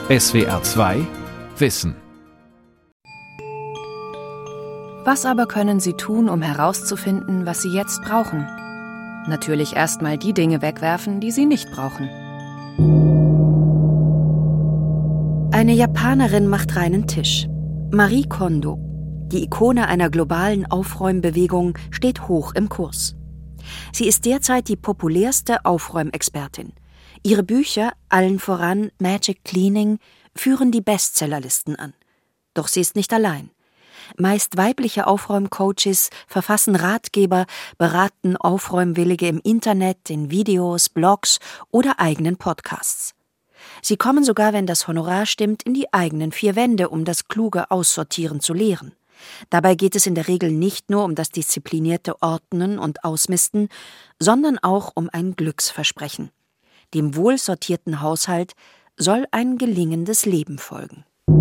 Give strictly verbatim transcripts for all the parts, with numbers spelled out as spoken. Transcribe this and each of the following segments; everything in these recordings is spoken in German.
S W R zwei Wissen. Was aber können Sie tun, um herauszufinden, was Sie jetzt brauchen? Natürlich erstmal die Dinge wegwerfen, die Sie nicht brauchen. Eine Japanerin macht reinen Tisch. Marie Kondo, die Ikone einer globalen Aufräumbewegung, steht hoch im Kurs. Sie ist derzeit die populärste Aufräumexpertin. Ihre Bücher, allen voran Magic Cleaning, führen die Bestsellerlisten an. Doch sie ist nicht allein. Meist weibliche Aufräumcoaches verfassen Ratgeber, beraten Aufräumwillige im Internet, in Videos, Blogs oder eigenen Podcasts. Sie kommen sogar, wenn das Honorar stimmt, in die eigenen vier Wände, um das kluge Aussortieren zu lehren. Dabei geht es in der Regel nicht nur um das disziplinierte Ordnen und Ausmisten, sondern auch um ein Glücksversprechen. Dem wohl sortierten Haushalt soll ein gelingendes Leben folgen.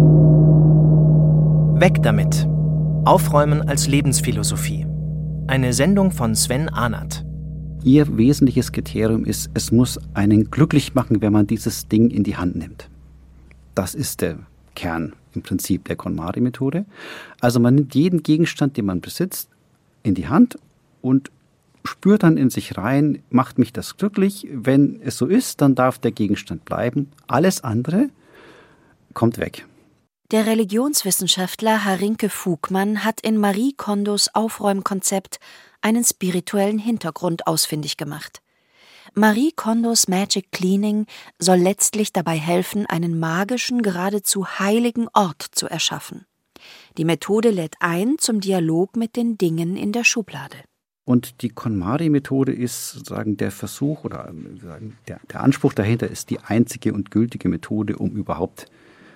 Weg damit! Aufräumen als Lebensphilosophie. Eine Sendung von Sven Ahnert. Ihr wesentliches Kriterium ist, es muss einen glücklich machen, wenn man dieses Ding in die Hand nimmt. Das ist der Kern im Prinzip der KonMari-Methode. Also man nimmt jeden Gegenstand, den man besitzt, in die Hand und spürt dann in sich rein, macht mich das glücklich? Wenn es so ist, dann darf der Gegenstand bleiben. Alles andere kommt weg. Der Religionswissenschaftler Harinke Voigtmann hat in Marie Kondos Aufräumkonzept einen spirituellen Hintergrund ausfindig gemacht. Marie Kondos Magic Cleaning soll letztlich dabei helfen, einen magischen, geradezu heiligen Ort zu erschaffen. Die Methode lädt ein zum Dialog mit den Dingen in der Schublade. Und die KonMari-Methode ist sozusagen der Versuch oder sagen, der, der Anspruch dahinter ist die einzige und gültige Methode, um überhaupt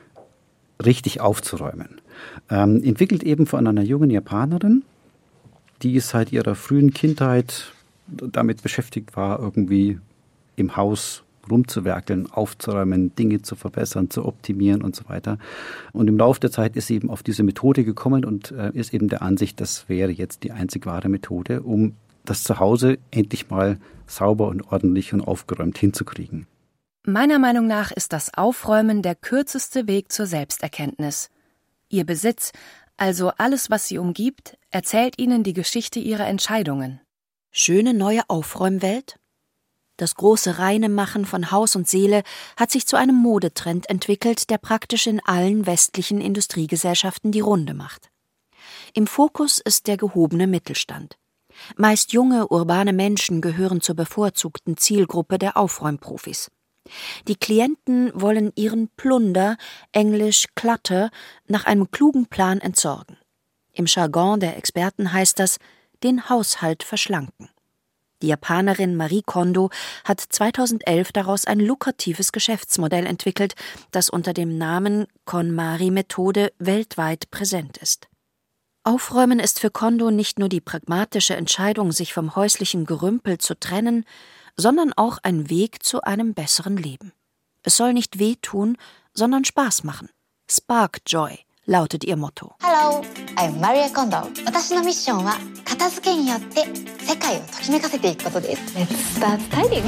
richtig aufzuräumen. Ähm, entwickelt eben von einer jungen Japanerin, die seit ihrer frühen Kindheit damit beschäftigt war, irgendwie im Haus rumzuwerkeln, aufzuräumen, Dinge zu verbessern, zu optimieren und so weiter. Und im Laufe der Zeit ist sie eben auf diese Methode gekommen und äh, ist eben der Ansicht, das wäre jetzt die einzig wahre Methode, um das Zuhause endlich mal sauber und ordentlich und aufgeräumt hinzukriegen. Meiner Meinung nach ist das Aufräumen der kürzeste Weg zur Selbsterkenntnis. Ihr Besitz, also alles, was sie umgibt, erzählt ihnen die Geschichte ihrer Entscheidungen. Schöne neue Aufräumwelt? Das große Reinemachen von Haus und Seele hat sich zu einem Modetrend entwickelt, der praktisch in allen westlichen Industriegesellschaften die Runde macht. Im Fokus ist der gehobene Mittelstand. Meist junge, urbane Menschen gehören zur bevorzugten Zielgruppe der Aufräumprofis. Die Klienten wollen ihren Plunder, englisch Clutter, nach einem klugen Plan entsorgen. Im Jargon der Experten heißt das, den Haushalt verschlanken. Die Japanerin Marie Kondo hat zweitausendelf daraus ein lukratives Geschäftsmodell entwickelt, das unter dem Namen KonMari-Methode weltweit präsent ist. Aufräumen ist für Kondo nicht nur die pragmatische Entscheidung, sich vom häuslichen Gerümpel zu trennen, sondern auch ein Weg zu einem besseren Leben. Es soll nicht wehtun, sondern Spaß machen. Spark Joy lautet ihr Motto. Hello, I'm Marie Kondo. 私のミッションは片付けによって世界をときめかせていくことです。Let's start styling.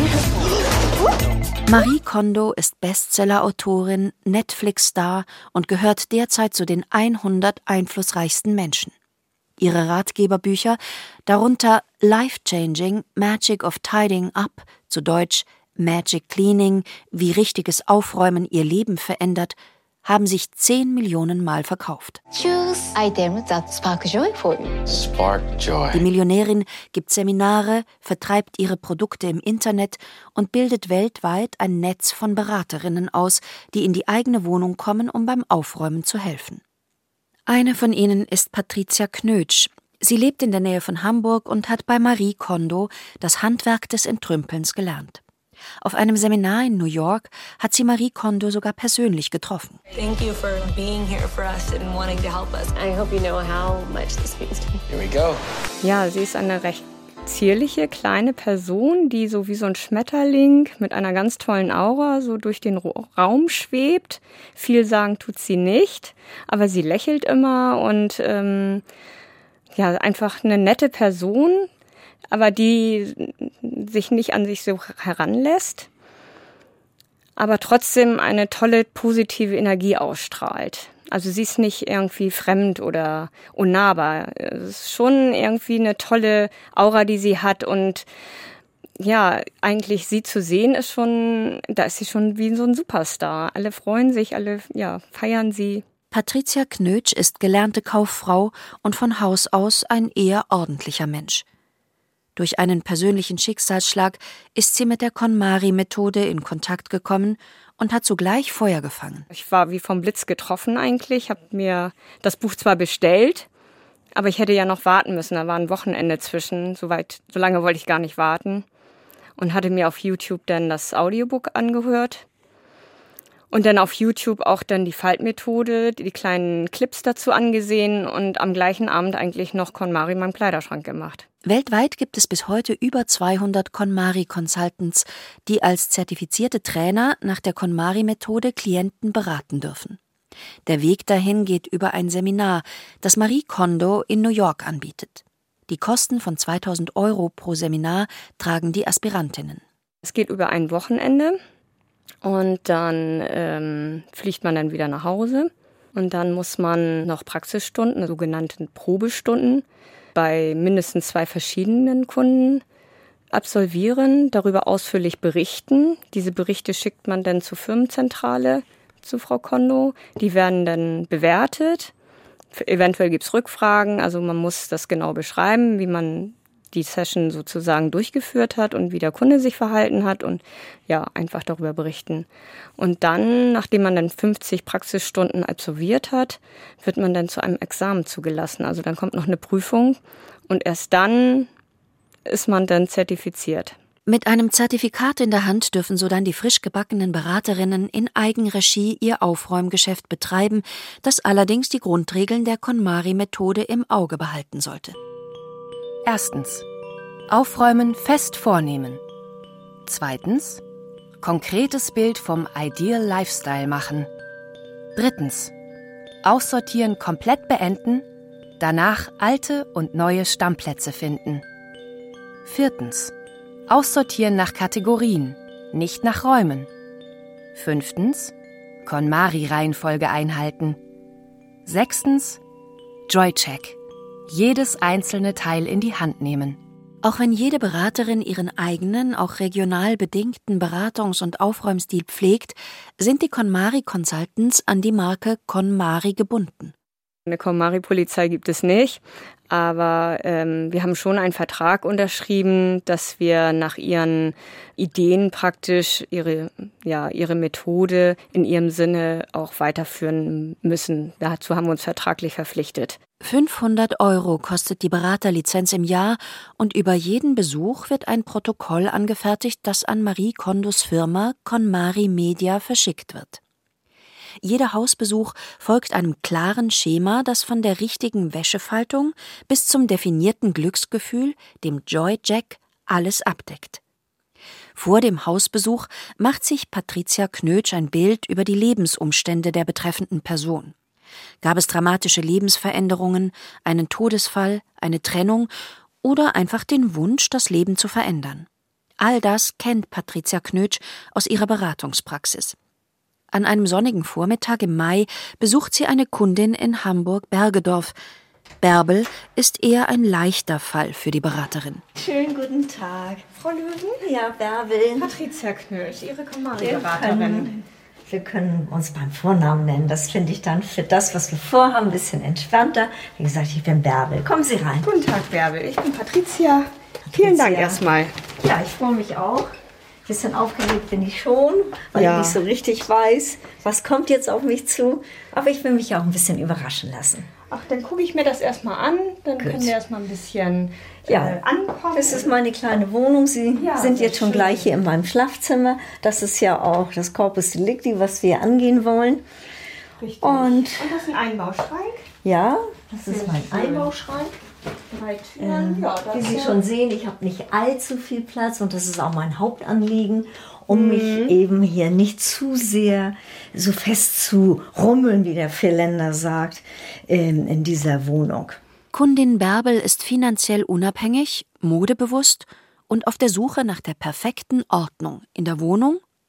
Marie Kondo ist Bestseller-Autorin, Netflix-Star und gehört derzeit zu den hundert einflussreichsten Menschen. Ihre Ratgeberbücher, darunter Life-Changing, Magic of Tidying Up, zu Deutsch Magic Cleaning, wie richtiges Aufräumen ihr Leben verändert, haben sich zehn Millionen Mal verkauft. Choose items that spark joy for you. Spark Joy. Die Millionärin gibt Seminare, vertreibt ihre Produkte im Internet und bildet weltweit ein Netz von Beraterinnen aus, die in die eigene Wohnung kommen, um beim Aufräumen zu helfen. Eine von ihnen ist Patricia Knötsch. Sie lebt in der Nähe von Hamburg und hat bei Marie Kondo das Handwerk des Entrümpelns gelernt. Auf einem Seminar in New York hat sie Marie Kondo sogar persönlich getroffen. Thank you for being here for us and wanting to help us. I hope you know how much this means to me. Here we go. Ja, sie ist eine recht zierliche, kleine Person, die so wie so ein Schmetterling mit einer ganz tollen Aura so durch den Raum schwebt. Viel sagen tut sie nicht, aber sie lächelt immer und ähm, ja, einfach eine nette Person, aber die sich nicht an sich so heranlässt. aber trotzdem eine tolle, positive Energie ausstrahlt. Also sie ist nicht irgendwie fremd oder unnahbar. Es ist schon irgendwie eine tolle Aura, die sie hat. Und ja, eigentlich sie zu sehen ist schon, da ist sie schon wie so ein Superstar. Alle freuen sich, alle ja, feiern sie. Patricia Knötsch ist gelernte Kauffrau und von Haus aus ein eher ordentlicher Mensch. Durch einen persönlichen Schicksalsschlag ist sie mit der KonMari-Methode in Kontakt gekommen und hat sogleich Feuer gefangen. Ich war wie vom Blitz getroffen eigentlich, habe mir das Buch zwar bestellt, aber ich hätte ja noch warten müssen, da war ein Wochenende zwischen, so weit, so lange wollte ich gar nicht warten und hatte mir auf YouTube dann das Audiobook angehört und dann auf YouTube auch dann die Faltmethode, die kleinen Clips dazu angesehen und am gleichen Abend eigentlich noch KonMari in meinem Kleiderschrank gemacht. Weltweit gibt es bis heute über zweihundert KonMari-Consultants, die als zertifizierte Trainer nach der KonMari-Methode Klienten beraten dürfen. Der Weg dahin geht über ein Seminar, das Marie Kondo in New York anbietet. Die Kosten von zweitausend Euro pro Seminar tragen die Aspirantinnen. Es geht über ein Wochenende und dann ähm, fliegt man dann wieder nach Hause. Und dann muss man noch Praxisstunden, sogenannte Probestunden, bei mindestens zwei verschiedenen Kunden absolvieren, darüber ausführlich berichten. Diese Berichte schickt man dann zur Firmenzentrale, zu Frau Kondo. Die werden dann bewertet. Eventuell gibt es Rückfragen, also man muss das genau beschreiben, wie man die Session sozusagen durchgeführt hat und wie der Kunde sich verhalten hat und ja, einfach darüber berichten. Und dann, nachdem man dann fünfzig Praxisstunden absolviert hat, wird man dann zu einem Examen zugelassen. Also dann kommt noch eine Prüfung und erst dann ist man dann zertifiziert. Mit einem Zertifikat in der Hand dürfen so dann die frisch gebackenen Beraterinnen in Eigenregie ihr Aufräumgeschäft betreiben, das allerdings die Grundregeln der KonMari-Methode im Auge behalten sollte. Erstens. Aufräumen fest vornehmen. Zweitens. Konkretes Bild vom Ideal Lifestyle machen. Drittens. Aussortieren komplett beenden, danach alte und neue Stammplätze finden. Viertens. Aussortieren nach Kategorien, nicht nach Räumen. Fünftens. KonMari-Reihenfolge einhalten. Sechstens. Joy-Check. Jedes einzelne Teil in die Hand nehmen. Auch wenn jede Beraterin ihren eigenen, auch regional bedingten Beratungs- und Aufräumstil pflegt, sind die KonMari-Consultants an die Marke KonMari gebunden. Eine KonMari-Polizei gibt es nicht, aber ähm, wir haben schon einen Vertrag unterschrieben, dass wir nach ihren Ideen praktisch ihre, ja, ihre Methode in ihrem Sinne auch weiterführen müssen. Dazu haben wir uns vertraglich verpflichtet. fünfhundert Euro kostet die Beraterlizenz im Jahr und über jeden Besuch wird ein Protokoll angefertigt, das an Marie Kondos Firma KonMari Media verschickt wird. Jeder Hausbesuch folgt einem klaren Schema, das von der richtigen Wäschefaltung bis zum definierten Glücksgefühl, dem Joy Jack, alles abdeckt. Vor dem Hausbesuch macht sich Patricia Knötsch ein Bild über die Lebensumstände der betreffenden Person. Gab es dramatische Lebensveränderungen, einen Todesfall, eine Trennung oder einfach den Wunsch, das Leben zu verändern? All das kennt Patricia Knötsch aus ihrer Beratungspraxis. An einem sonnigen Vormittag im Mai besucht sie eine Kundin in Hamburg-Bergedorf. Bärbel ist eher ein leichter Fall für die Beraterin. Schönen guten Tag. Frau Löwen? Ja, Bärbel. Patricia Knötsch, Ihre Wir KonMari-Beraterin. können, wir können uns beim Vornamen nennen. Das finde ich dann für das, was wir vorhaben, ein bisschen entspannter. Wie gesagt, ich bin Bärbel. Kommen Sie rein. Guten Tag, Bärbel. Ich bin Patricia. Vielen Dank erstmal. Ja, ich freue mich auch. Ein bisschen aufgeregt bin ich schon, weil Ja. ich nicht so richtig weiß, was kommt jetzt auf mich zu. Aber ich will mich auch ein bisschen überraschen lassen. Ach, dann gucke ich mir das erstmal an. Dann Gut. können wir erstmal ein bisschen Ja, äh, ankommen. das ist meine kleine Wohnung. Sie Ja, sind sehr jetzt schon schön. gleich hier in meinem Schlafzimmer. Das ist ja auch das Corpus Delicti, was wir angehen wollen. Richtig. Und Und das ist ein Einbauschrank. ja, das Sehr ist mein schön. Einbauschrank. Drei Türen. Ähm, ja, Wie das Sie ist schon sehen, ich habe nicht allzu viel Platz und das ist auch mein Hauptanliegen, um Mhm. mich eben hier nicht zu sehr so fest zu rummeln, wie der Philander sagt, ähm, in dieser Wohnung. Kundin Bärbel ist finanziell unabhängig, modebewusst und auf der Suche nach der perfekten Ordnung in der Wohnung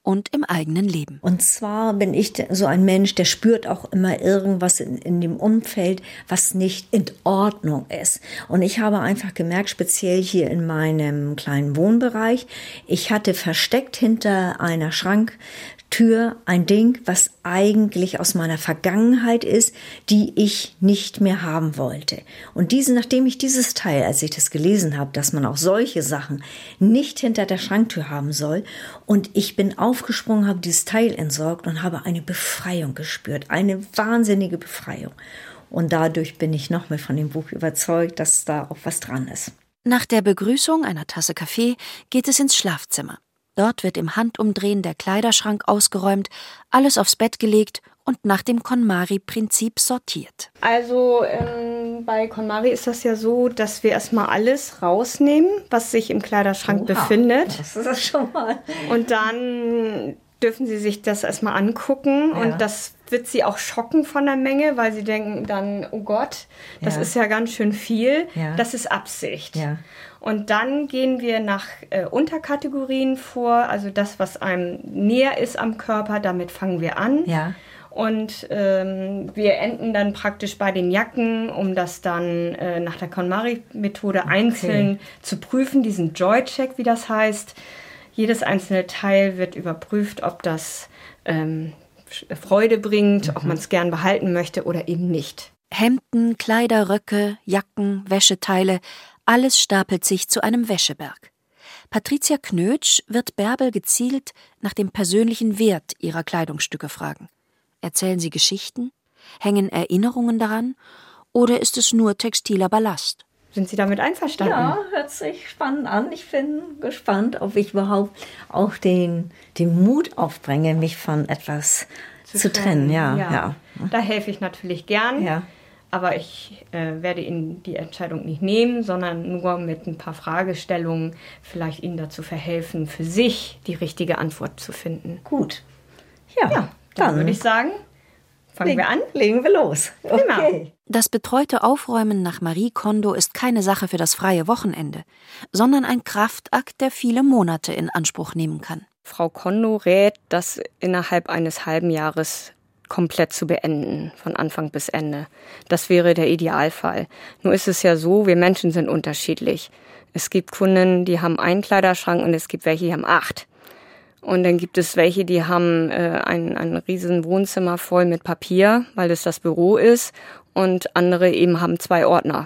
und im eigenen Leben. Und zwar bin ich so ein Mensch, der spürt auch immer irgendwas in, in dem Umfeld, was nicht in Ordnung ist. Und ich habe einfach gemerkt, speziell hier in meinem kleinen Wohnbereich, ich hatte versteckt hinter einer Schranktür ein Ding, was eigentlich aus meiner Vergangenheit ist, die ich nicht mehr haben wollte. Und diese, nachdem ich dieses Teil, als ich das gelesen habe, dass man auch solche Sachen nicht hinter der Schranktür haben soll, und ich bin aufgesprungen, habe dieses Teil entsorgt und habe eine Befreiung gespürt, eine wahnsinnige Befreiung. Und dadurch bin ich noch mehr von dem Buch überzeugt, dass da auch was dran ist. Nach der Begrüßung, einer Tasse Kaffee, geht es ins Schlafzimmer. Dort wird im Handumdrehen der Kleiderschrank ausgeräumt, alles aufs Bett gelegt und nach dem KonMari-Prinzip sortiert. Also ähm, bei KonMari ist das ja so, dass wir erstmal alles rausnehmen, was sich im Kleiderschrank Oha, befindet. Das ist das schon mal. Und dann dürfen sie sich das erstmal angucken. Ja. Und das wird sie auch schocken von der Menge, weil sie denken dann, oh Gott, das ja. ist ja ganz schön viel. Ja. Das ist Absicht. Ja. Und dann gehen wir nach äh, Unterkategorien vor, also das, was einem näher ist am Körper, damit fangen wir an. Ja. Und ähm, wir enden dann praktisch bei den Jacken, um das dann äh, nach der KonMari-Methode okay. einzeln zu prüfen, diesen Joy-Check, wie das heißt. Jedes einzelne Teil wird überprüft, ob das ähm, Freude bringt, mhm. ob man es gern behalten möchte oder eben nicht. Hemden, Kleider, Röcke, Jacken, Wäscheteile, alles stapelt sich zu einem Wäscheberg. Patricia Knötsch wird Bärbel gezielt nach dem persönlichen Wert ihrer Kleidungsstücke fragen. Erzählen sie Geschichten? Hängen Erinnerungen daran? Oder ist es nur textiler Ballast? Sind Sie damit einverstanden? Ja, hört sich spannend an. Ich bin gespannt, ob ich überhaupt auch den, den Mut aufbringe, mich von etwas zu, zu trennen. trennen. Ja, ja. ja. Da helfe ich natürlich gern. Ja. Aber ich äh, werde Ihnen die Entscheidung nicht nehmen, sondern nur mit ein paar Fragestellungen vielleicht Ihnen dazu verhelfen, für sich die richtige Antwort zu finden. Gut. Ja, ja dann, dann würde ich sagen, fangen leg, wir an. Legen wir los. Okay. Genau. Das betreute Aufräumen nach Marie Kondo ist keine Sache für das freie Wochenende, sondern ein Kraftakt, der viele Monate in Anspruch nehmen kann. Frau Kondo rät, das innerhalb eines halben Jahres komplett zu beenden, von Anfang bis Ende. Das wäre der Idealfall. Nur ist es ja so, wir Menschen sind unterschiedlich. Es gibt Kunden, die haben einen Kleiderschrank und es gibt welche, die haben acht. Und dann gibt es welche, die haben äh, ein, ein riesen Wohnzimmer voll mit Papier, weil das das Büro ist. Und andere eben haben zwei Ordner.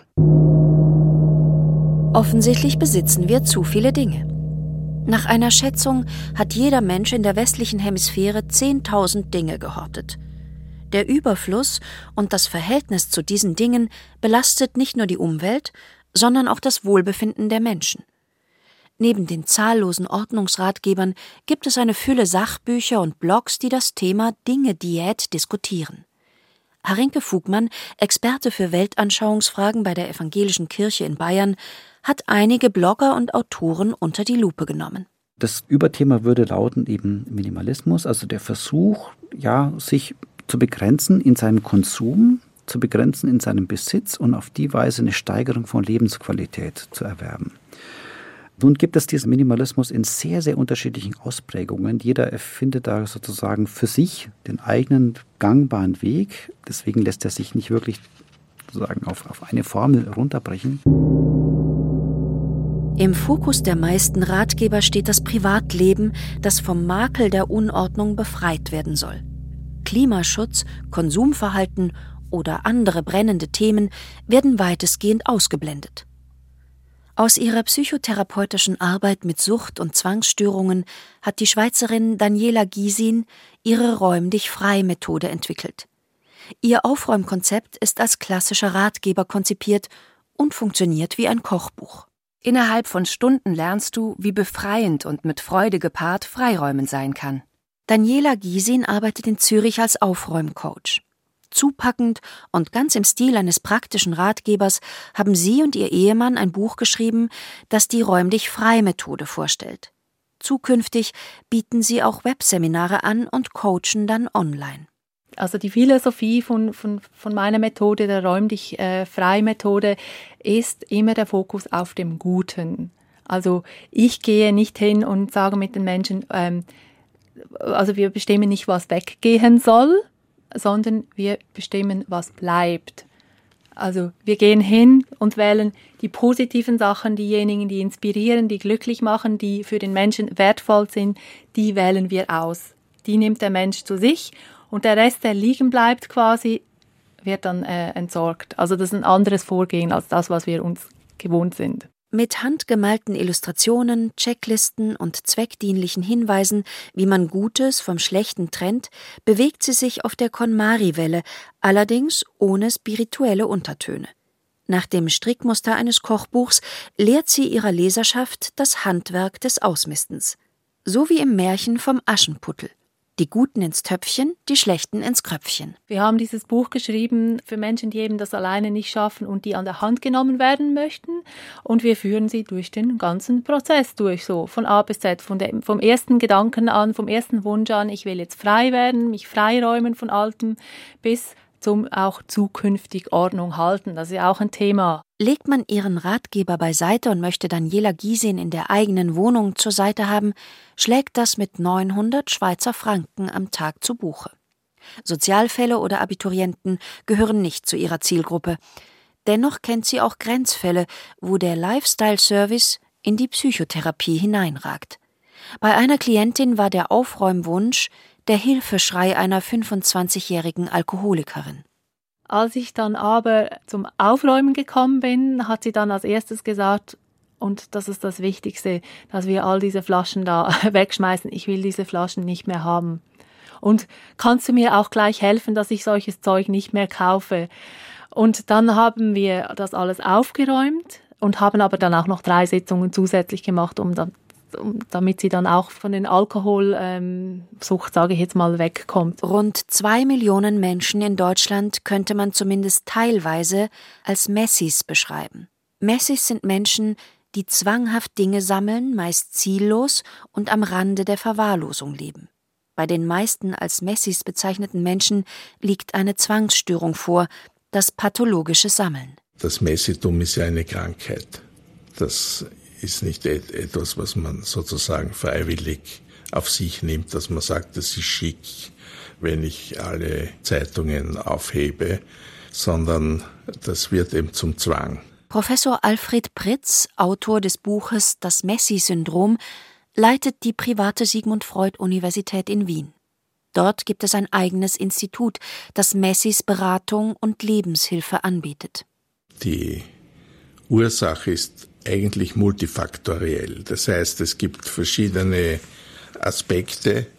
Offensichtlich besitzen wir zu viele Dinge. Nach einer Schätzung hat jeder Mensch in der westlichen Hemisphäre zehntausend Dinge gehortet. Der Überfluss und das Verhältnis zu diesen Dingen belastet nicht nur die Umwelt, sondern auch das Wohlbefinden der Menschen. Neben den zahllosen Ordnungsratgebern gibt es eine Fülle Sachbücher und Blogs, die das Thema Dinge-Diät diskutieren. Harinke Fugmann, Experte für Weltanschauungsfragen bei der Evangelischen Kirche in Bayern, hat einige Blogger und Autoren unter die Lupe genommen. Das Überthema würde lauten eben Minimalismus, also der Versuch, ja, sich zu begrenzen in seinem Konsum, zu begrenzen in seinem Besitz und auf die Weise eine Steigerung von Lebensqualität zu erwerben. Nun gibt es diesen Minimalismus in sehr, sehr unterschiedlichen Ausprägungen. Jeder erfindet da sozusagen für sich den eigenen gangbaren Weg. Deswegen lässt er sich nicht wirklich sozusagen auf, auf eine Formel runterbrechen. Im Fokus der meisten Ratgeber steht das Privatleben, das vom Makel der Unordnung befreit werden soll. Klimaschutz, Konsumverhalten oder andere brennende Themen werden weitestgehend ausgeblendet. Aus ihrer psychotherapeutischen Arbeit mit Sucht- und Zwangsstörungen hat die Schweizerin Daniela Gysin ihre Räum-dich-frei-Methode entwickelt. Ihr Aufräumkonzept ist als klassischer Ratgeber konzipiert und funktioniert wie ein Kochbuch. Innerhalb von Stunden lernst du, wie befreiend und mit Freude gepaart Freiräumen sein kann. Daniela Gysin arbeitet in Zürich als Aufräumcoach. Zupackend und ganz im Stil eines praktischen Ratgebers haben sie und ihr Ehemann ein Buch geschrieben, das die Räum-dich-frei-Methode vorstellt. Zukünftig bieten sie auch Webseminare an und coachen dann online. Also die Philosophie von, von, von meiner Methode, der Räum-dich-frei-Methode, ist immer der Fokus auf dem Guten. Also ich gehe nicht hin und sage mit den Menschen, ähm, also wir bestimmen nicht, was weggehen soll, sondern wir bestimmen, was bleibt. Also wir gehen hin und wählen die positiven Sachen, diejenigen, die inspirieren, die glücklich machen, die für den Menschen wertvoll sind, die wählen wir aus. Die nimmt der Mensch zu sich und der Rest, der liegen bleibt quasi, wird dann äh, entsorgt. Also das ist ein anderes Vorgehen als das, was wir uns gewohnt sind. Mit handgemalten Illustrationen, Checklisten und zweckdienlichen Hinweisen, wie man Gutes vom Schlechten trennt, bewegt sie sich auf der KonMari-Welle, allerdings ohne spirituelle Untertöne. Nach dem Strickmuster eines Kochbuchs lehrt sie ihrer Leserschaft das Handwerk des Ausmistens. So wie im Märchen vom Aschenputtel. Die Guten ins Töpfchen, die Schlechten ins Kröpfchen. Wir haben dieses Buch geschrieben für Menschen, die eben das alleine nicht schaffen und die an der Hand genommen werden möchten. Und wir führen sie durch den ganzen Prozess durch, so von A bis Z, von dem, vom ersten Gedanken an, vom ersten Wunsch an, ich will jetzt frei werden, mich freiräumen von Altem, bis zum auch zukünftig Ordnung halten. Das ist ja auch ein Thema. Legt man ihren Ratgeber beiseite und möchte Daniela Gysin in der eigenen Wohnung zur Seite haben, schlägt das mit neunhundert Schweizer Franken am Tag zu Buche. Sozialfälle oder Abiturienten gehören nicht zu ihrer Zielgruppe. Dennoch kennt sie auch Grenzfälle, wo der Lifestyle-Service in die Psychotherapie hineinragt. Bei einer Klientin war der Aufräumwunsch der Hilfeschrei einer fünfundzwanzigjährigen Alkoholikerin. Als ich dann aber zum Aufräumen gekommen bin, hat sie dann als erstes gesagt, und das ist das Wichtigste, dass wir all diese Flaschen da wegschmeißen. Ich will diese Flaschen nicht mehr haben. Und kannst du mir auch gleich helfen, dass ich solches Zeug nicht mehr kaufe? Und dann haben wir das alles aufgeräumt und haben aber dann auch noch drei Sitzungen zusätzlich gemacht, um dann damit sie dann auch von den Alkoholsucht, ähm, sage ich jetzt mal, wegkommt. Rund zwei Millionen Menschen in Deutschland könnte man zumindest teilweise als Messis beschreiben. Messis sind Menschen, die zwanghaft Dinge sammeln, meist ziellos und am Rande der Verwahrlosung leben. Bei den meisten als Messis bezeichneten Menschen liegt eine Zwangsstörung vor, das pathologische Sammeln. Das Messitum ist ja eine Krankheit. Das ist nicht etwas, was man sozusagen freiwillig auf sich nimmt, dass man sagt, das ist schick, wenn ich alle Zeitungen aufhebe, sondern das wird eben zum Zwang. Professor Alfred Pritz, Autor des Buches Das Messi-Syndrom, leitet die private Sigmund Freud-Universität in Wien. Dort gibt es ein eigenes Institut, das Messis Beratung und Lebenshilfe anbietet. Die Ursache ist eigentlich multifaktoriell. Das heißt, es gibt verschiedene Aspekte.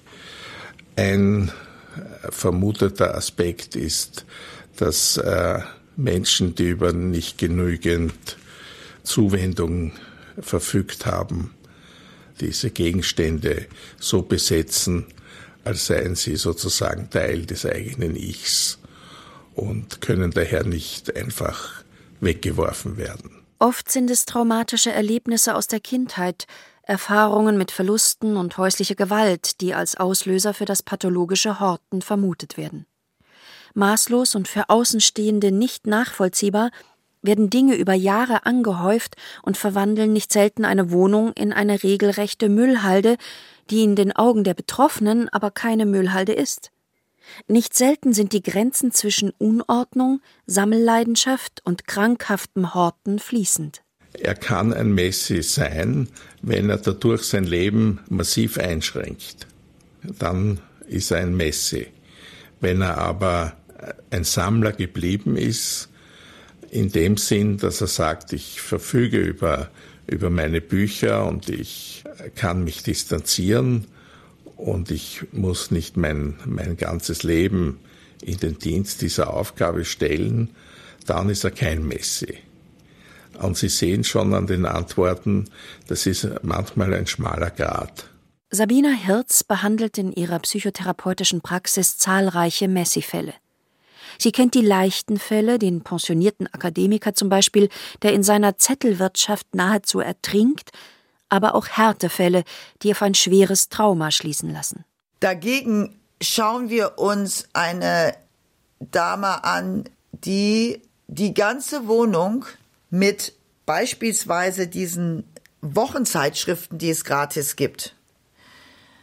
Ein vermuteter Aspekt ist, dass äh, Menschen, die über nicht genügend Zuwendung verfügt haben, diese Gegenstände so besetzen, als seien sie sozusagen Teil des eigenen Ichs und können daher nicht einfach weggeworfen werden. Oft sind es traumatische Erlebnisse aus der Kindheit, Erfahrungen mit Verlusten und häusliche Gewalt, die als Auslöser für das pathologische Horten vermutet werden. Maßlos und für Außenstehende nicht nachvollziehbar werden Dinge über Jahre angehäuft und verwandeln nicht selten eine Wohnung in eine regelrechte Müllhalde, die in den Augen der Betroffenen aber keine Müllhalde ist. Nicht selten sind die Grenzen zwischen Unordnung, Sammelleidenschaft und krankhaftem Horten fließend. Er kann ein Messi sein, wenn er dadurch sein Leben massiv einschränkt. Dann ist er ein Messi. Wenn er aber ein Sammler geblieben ist, in dem Sinn, dass er sagt, ich verfüge über, über meine Bücher und ich kann mich distanzieren, und ich muss nicht mein, mein ganzes Leben in den Dienst dieser Aufgabe stellen, dann ist er kein Messi. Und Sie sehen schon an den Antworten, das ist manchmal ein schmaler Grat. Sabina Hirz behandelt in ihrer psychotherapeutischen Praxis zahlreiche Messi-Fälle. Sie kennt die leichten Fälle, den pensionierten Akademiker zum Beispiel, der in seiner Zettelwirtschaft nahezu ertrinkt, aber auch Härtefälle, die auf ein schweres Trauma schließen lassen. Dagegen schauen wir uns eine Dame an, die die ganze Wohnung mit beispielsweise diesen Wochenzeitschriften, die es gratis gibt,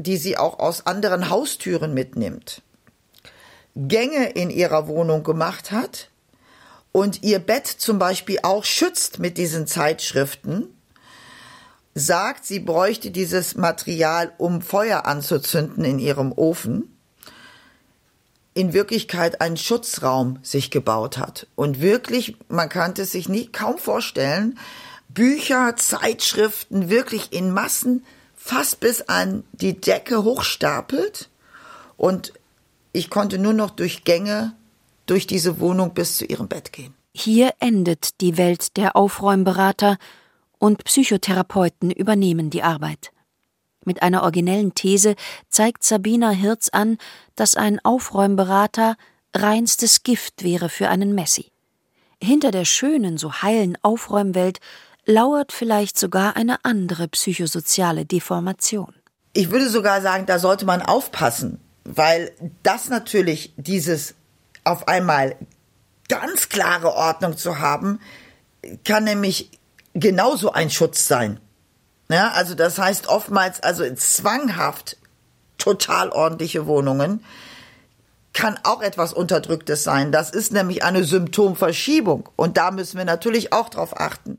die sie auch aus anderen Haustüren mitnimmt, Gänge in ihrer Wohnung gemacht hat und ihr Bett zum Beispiel auch schützt mit diesen Zeitschriften, sagt, sie bräuchte dieses Material, um Feuer anzuzünden in ihrem Ofen, in Wirklichkeit einen Schutzraum sich gebaut hat. Und wirklich, man kann es sich nie kaum vorstellen, Bücher, Zeitschriften wirklich in Massen fast bis an die Decke hochstapelt. Und ich konnte nur noch durch Gänge durch diese Wohnung bis zu ihrem Bett gehen. Hier endet die Welt der Aufräumberater und Psychotherapeuten übernehmen die Arbeit. Mit einer originellen These zeigt Sabina Hirz an, dass ein Aufräumberater reinstes Gift wäre für einen Messi. Hinter der schönen, so heilen Aufräumwelt lauert vielleicht sogar eine andere psychosoziale Deformation. Ich würde sogar sagen, da sollte man aufpassen, weil das natürlich dieses auf einmal ganz klare Ordnung zu haben, kann nämlich genauso ein Schutz sein. Ja, also das heißt oftmals, also zwanghaft total ordentliche Wohnungen kann auch etwas Unterdrücktes sein. Das ist nämlich eine Symptomverschiebung und da müssen wir natürlich auch drauf achten.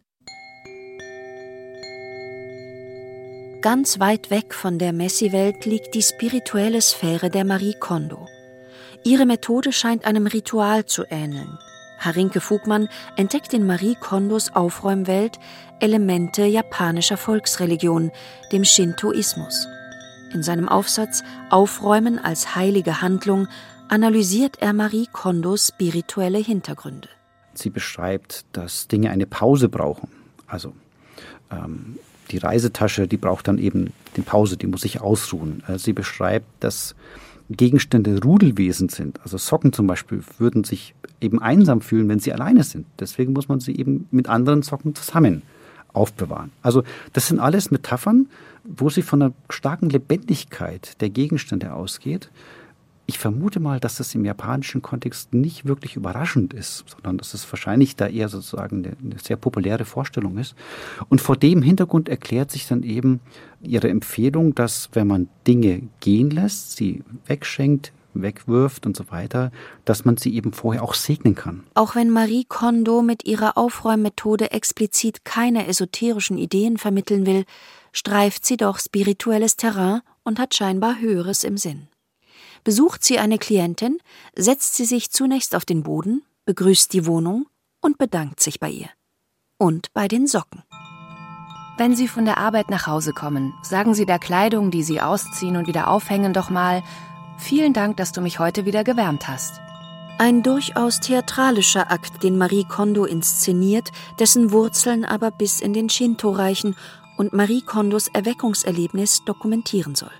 Ganz weit weg von der Messi-Welt liegt die spirituelle Sphäre der Marie Kondo. Ihre Methode scheint einem Ritual zu ähneln. Harinke Fugmann entdeckt in Marie Kondos Aufräumwelt Elemente japanischer Volksreligion, dem Shintoismus. In seinem Aufsatz »Aufräumen als heilige Handlung« analysiert er Marie Kondos spirituelle Hintergründe. Sie beschreibt, dass Dinge eine Pause brauchen. Also ähm, die Reisetasche, die braucht dann eben eine Pause, die muss sich ausruhen. Sie beschreibt, dass Gegenstände Rudelwesen sind. Also Socken zum Beispiel würden sich eben einsam fühlen, wenn sie alleine sind. Deswegen muss man sie eben mit anderen Socken zusammen aufbewahren. Also das sind alles Metaphern, wo sie von einer starken Lebendigkeit der Gegenstände ausgeht. Ich vermute mal, dass das im japanischen Kontext nicht wirklich überraschend ist, sondern dass es wahrscheinlich da eher sozusagen eine, eine sehr populäre Vorstellung ist. Und vor dem Hintergrund erklärt sich dann eben ihre Empfehlung, dass wenn man Dinge gehen lässt, sie wegschenkt, wegwirft und so weiter, dass man sie eben vorher auch segnen kann. Auch wenn Marie Kondo mit ihrer Aufräummethode explizit keine esoterischen Ideen vermitteln will, streift sie doch spirituelles Terrain und hat scheinbar Höheres im Sinn. Besucht sie eine Klientin, setzt sie sich zunächst auf den Boden, begrüßt die Wohnung und bedankt sich bei ihr. Und bei den Socken. Wenn Sie von der Arbeit nach Hause kommen, sagen Sie der Kleidung, die Sie ausziehen und wieder aufhängen, doch mal: Vielen Dank, dass du mich heute wieder gewärmt hast. Ein durchaus theatralischer Akt, den Marie Kondo inszeniert, dessen Wurzeln aber bis in den Shinto reichen und Marie Kondos Erweckungserlebnis dokumentieren soll.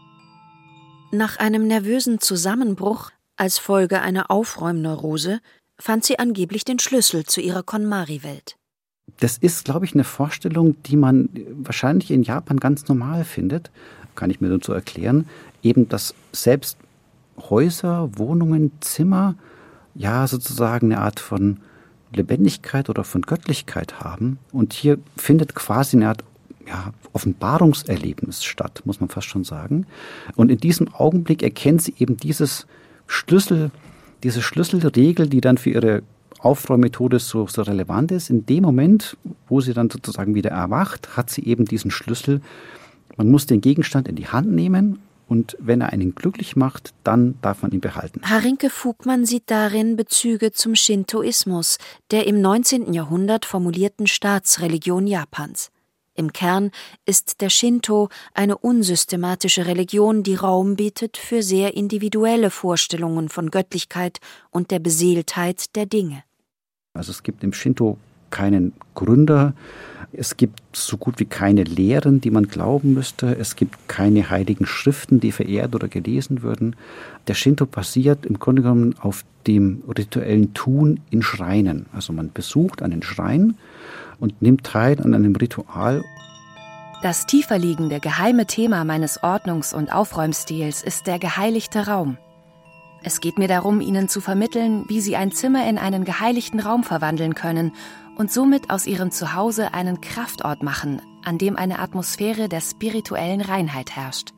Nach einem nervösen Zusammenbruch als Folge einer Aufräumneurose fand sie angeblich den Schlüssel zu ihrer KonMari-Welt. Das ist, glaube ich, eine Vorstellung, die man wahrscheinlich in Japan ganz normal findet, kann ich mir dann so erklären, eben, dass selbst Häuser, Wohnungen, Zimmer ja sozusagen eine Art von Lebendigkeit oder von Göttlichkeit haben. Und hier findet quasi eine Art ja, Offenbarungserlebnis statt, muss man fast schon sagen. Und in diesem Augenblick erkennt sie eben dieses Schlüssel, diese Schlüsselregel, die dann für ihre Aufräummethode so, so relevant ist. In dem Moment, wo sie dann sozusagen wieder erwacht, hat sie eben diesen Schlüssel. Man muss den Gegenstand in die Hand nehmen und wenn er einen glücklich macht, dann darf man ihn behalten. Harinke Fugmann sieht darin Bezüge zum Shintoismus, der im neunzehnten Jahrhundert formulierten Staatsreligion Japans. Im Kern ist der Shinto eine unsystematische Religion, die Raum bietet für sehr individuelle Vorstellungen von Göttlichkeit und der Beseeltheit der Dinge. Also es gibt im Shinto keinen Gründer, es gibt so gut wie keine Lehren, die man glauben müsste, es gibt keine heiligen Schriften, die verehrt oder gelesen würden. Der Shinto basiert im Grunde genommen auf dem rituellen Tun in Schreinen. Also man besucht einen Schrein und nimmt teil an einem Ritual. Das tiefer liegende, geheime Thema meines Ordnungs- und Aufräumstils ist der geheiligte Raum. Es geht mir darum, Ihnen zu vermitteln, wie Sie ein Zimmer in einen geheiligten Raum verwandeln können und somit aus Ihrem Zuhause einen Kraftort machen, an dem eine Atmosphäre der spirituellen Reinheit herrscht.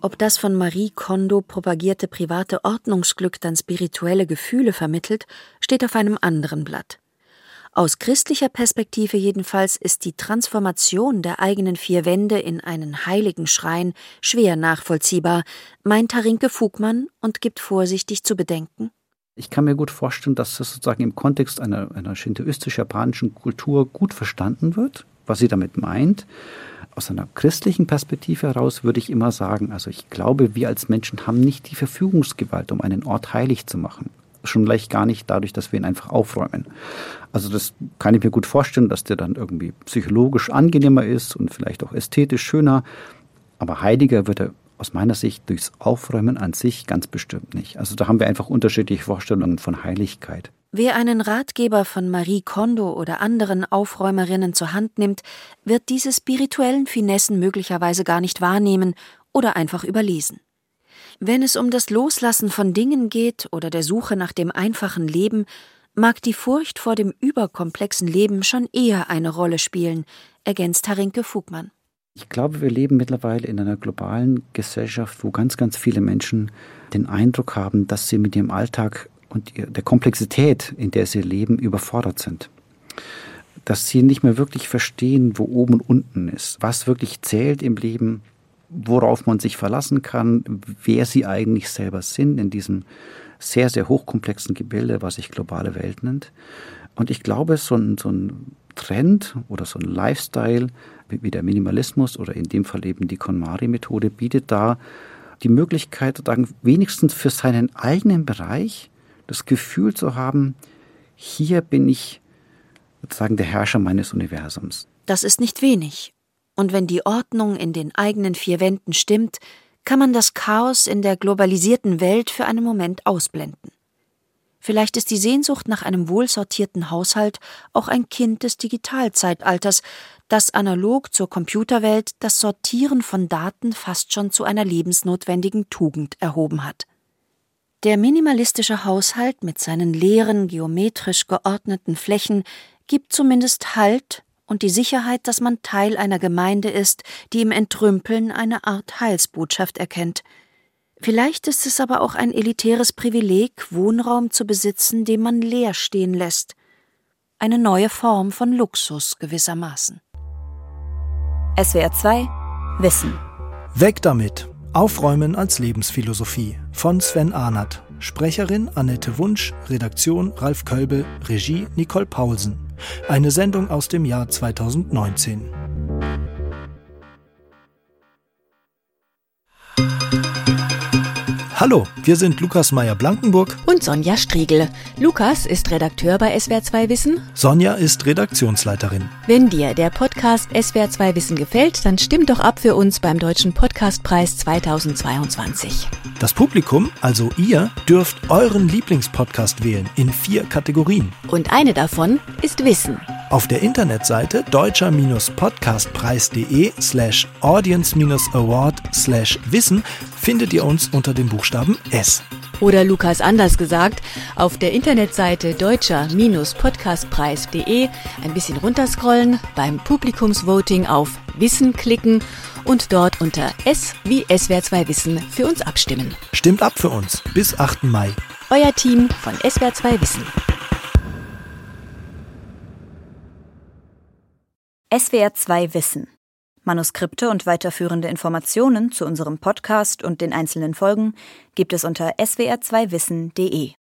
Ob das von Marie Kondo propagierte private Ordnungsglück dann spirituelle Gefühle vermittelt, steht auf einem anderen Blatt. Aus christlicher Perspektive jedenfalls ist die Transformation der eigenen vier Wände in einen heiligen Schrein schwer nachvollziehbar, meint Harinke Fugmann und gibt vorsichtig zu bedenken: Ich kann mir gut vorstellen, dass das sozusagen im Kontext einer, einer shintoistisch-japanischen Kultur gut verstanden wird, was sie damit meint. Aus einer christlichen Perspektive heraus würde ich immer sagen, also ich glaube, wir als Menschen haben nicht die Verfügungsgewalt, um einen Ort heilig zu machen. Schon leicht gar nicht dadurch, dass wir ihn einfach aufräumen. Also das kann ich mir gut vorstellen, dass der dann irgendwie psychologisch angenehmer ist und vielleicht auch ästhetisch schöner. Aber heiliger wird er aus meiner Sicht durchs Aufräumen an sich ganz bestimmt nicht. Also da haben wir einfach unterschiedliche Vorstellungen von Heiligkeit. Wer einen Ratgeber von Marie Kondo oder anderen Aufräumerinnen zur Hand nimmt, wird diese spirituellen Finessen möglicherweise gar nicht wahrnehmen oder einfach überlesen. Wenn es um das Loslassen von Dingen geht oder der Suche nach dem einfachen Leben, mag die Furcht vor dem überkomplexen Leben schon eher eine Rolle spielen, ergänzt Harinke Fugmann. Ich glaube, wir leben mittlerweile in einer globalen Gesellschaft, wo ganz, ganz viele Menschen den Eindruck haben, dass sie mit ihrem Alltag und der Komplexität, in der sie leben, überfordert sind. Dass sie nicht mehr wirklich verstehen, wo oben und unten ist, was wirklich zählt im Leben, worauf man sich verlassen kann, wer sie eigentlich selber sind in diesem sehr, sehr hochkomplexen Gebilde, was sich globale Welt nennt. Und ich glaube, so ein, so ein Trend oder so ein Lifestyle wie der Minimalismus oder in dem Fall eben die KonMari-Methode bietet da die Möglichkeit, sozusagen wenigstens für seinen eigenen Bereich das Gefühl zu haben, hier bin ich sozusagen der Herrscher meines Universums. Das ist nicht wenig. Und wenn die Ordnung in den eigenen vier Wänden stimmt, kann man das Chaos in der globalisierten Welt für einen Moment ausblenden. Vielleicht ist die Sehnsucht nach einem wohlsortierten Haushalt auch ein Kind des Digitalzeitalters, das analog zur Computerwelt das Sortieren von Daten fast schon zu einer lebensnotwendigen Tugend erhoben hat. Der minimalistische Haushalt mit seinen leeren, geometrisch geordneten Flächen gibt zumindest Halt und die Sicherheit, dass man Teil einer Gemeinde ist, die im Entrümpeln eine Art Heilsbotschaft erkennt. Vielleicht ist es aber auch ein elitäres Privileg, Wohnraum zu besitzen, den man leer stehen lässt. Eine neue Form von Luxus gewissermaßen. S W R zwei Wissen. Weg damit! Aufräumen als Lebensphilosophie von Sven Arnert. Sprecherin Annette Wunsch, Redaktion Ralf Kölbel, Regie Nicole Paulsen. Eine Sendung aus dem Jahr zweitausendneunzehn. Hallo, wir sind Lukas Meyer-Blankenburg und Sonja Striegel. Lukas ist Redakteur bei S W R zwei Wissen. Sonja ist Redaktionsleiterin. Wenn dir der Podcast S W R zwei Wissen gefällt, dann stimm doch ab für uns beim Deutschen Podcastpreis zweitausendzweiundzwanzig. Das Publikum, also ihr, dürft euren Lieblingspodcast wählen in vier Kategorien. Und eine davon ist Wissen. Auf der Internetseite deutscher-podcastpreis.de slash audience-award slash Wissen findet ihr uns unter dem Buchstaben S. Oder Lukas anders gesagt, auf der Internetseite deutscher-podcastpreis.de ein bisschen runterscrollen, beim Publikumsvoting auf Wissen klicken und dort unter S wie S W R zwei Wissen für uns abstimmen. Stimmt ab für uns bis achten Mai. Euer Team von S W R zwei Wissen. S W R zwei Wissen. Manuskripte und weiterführende Informationen zu unserem Podcast und den einzelnen Folgen gibt es unter s w r zwei wissen punkt de.